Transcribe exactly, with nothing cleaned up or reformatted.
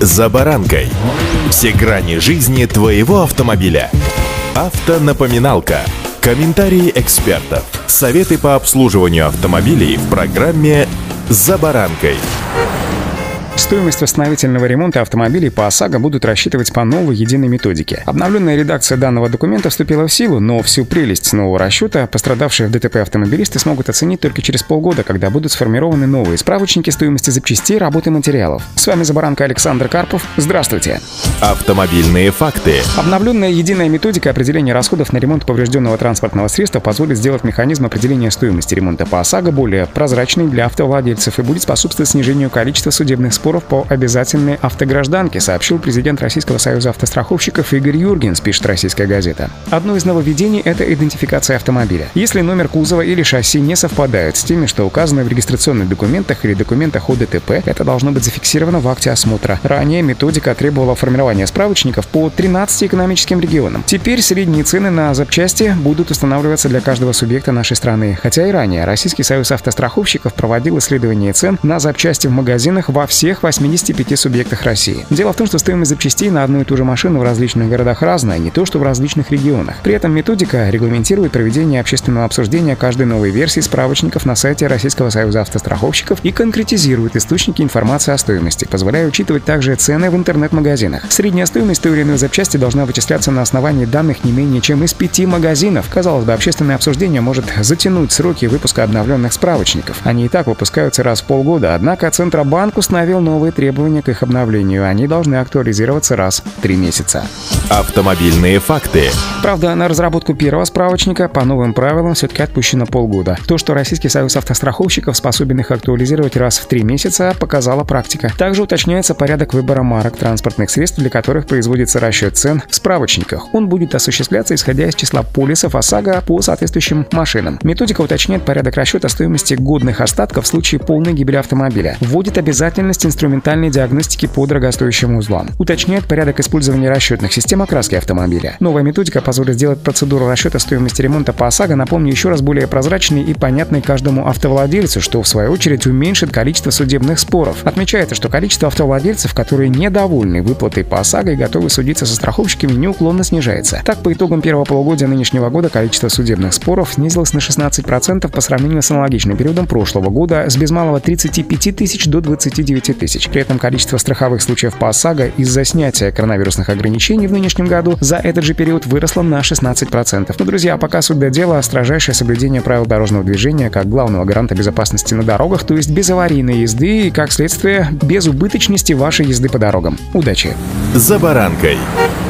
«За баранкой». Все грани жизни твоего автомобиля. Автонапоминалка. Комментарии экспертов. Советы по обслуживанию автомобилей в программе «За баранкой». Стоимость восстановительного ремонта автомобилей по ОСАГО будут рассчитывать по новой единой методике. Обновленная редакция данного документа вступила в силу, но всю прелесть нового расчета пострадавшие в ДТП автомобилисты смогут оценить только через полгода, когда будут сформированы новые справочники стоимости запчастей, работы, материалов. С вами «За баранкой» Александр Карпов. Здравствуйте. Автомобильные факты. Обновленная единая методика определения расходов на ремонт поврежденного транспортного средства позволит сделать механизм определения стоимости ремонта по ОСАГО более прозрачный для автовладельцев и будет способствовать снижению количества судебных споров по обязательной автогражданке, сообщил президент Российского союза автостраховщиков Игорь Юргенс, пишет «Российская газета». Одно из нововведений — это идентификация автомобиля. Если номер кузова или шасси не совпадают с теми, что указаны в регистрационных документах или документах о ДТП, это должно быть зафиксировано в акте осмотра. Ранее методика требовала формирования справочников по тринадцати экономическим регионам. Теперь средние цены на запчасти будут устанавливаться для каждого субъекта нашей страны. Хотя и ранее Российский союз автостраховщиков проводил исследование цен на запчасти в магазинах во всех восьмидесяти пяти субъектах России. Дело в том, что стоимость запчастей на одну и ту же машину в различных городах разная, не то что в различных регионах. При этом методика регламентирует проведение общественного обсуждения каждой новой версии справочников на сайте Российского союза автостраховщиков и конкретизирует источники информации о стоимости, позволяя учитывать также цены в интернет-магазинах. Средняя стоимость той или иной запчасти должна вычисляться на основании данных не менее чем из пяти магазинов. Казалось бы, общественное обсуждение может затянуть сроки выпуска обновленных справочников. Они и так выпускаются раз в полгода, однако Центробанк установил новые требования к их обновлению. Они должны актуализироваться раз в три месяца. Автомобильные факты. Правда, на разработку первого справочника по новым правилам все-таки отпущено полгода. То, что Российский союз автостраховщиков способен их актуализировать раз в три месяца, показала практика. Также уточняется порядок выбора марок транспортных средств, для которых производится расчет цен в справочниках. Он будет осуществляться исходя из числа полисов ОСАГО по соответствующим машинам. Методика уточняет порядок расчета стоимости годных остатков в случае полной гибели автомобиля. Вводит обязательность инструментальной диагностики по дорогостоящим узлам. Уточняет порядок использования расчетных систем окраски автомобиля. Новая методика позволит сделать процедуру расчета стоимости ремонта по ОСАГО, напомню, еще раз более прозрачной и понятной каждому автовладельцу, что в свою очередь уменьшит количество судебных споров. Отмечается, что количество автовладельцев, которые недовольны выплатой по ОСАГО и готовы судиться со страховщиками, неуклонно снижается. Так, по итогам первого полугодия нынешнего года количество судебных споров снизилось на шестнадцать процентов по сравнению с аналогичным периодом прошлого года, с без малого тридцати пяти тысяч до двадцати девяти тысяч. При этом количество страховых случаев по ОСАГО из-за снятия коронавирусных ограничений в нынешнем году за этот же период выросло на шестнадцать процентов. Но, друзья, пока суть до дела, строжайшее соблюдение правил дорожного движения как главного гаранта безопасности на дорогах, то есть без аварийной езды и, как следствие, без убыточности вашей езды по дорогам. Удачи! «За баранкой».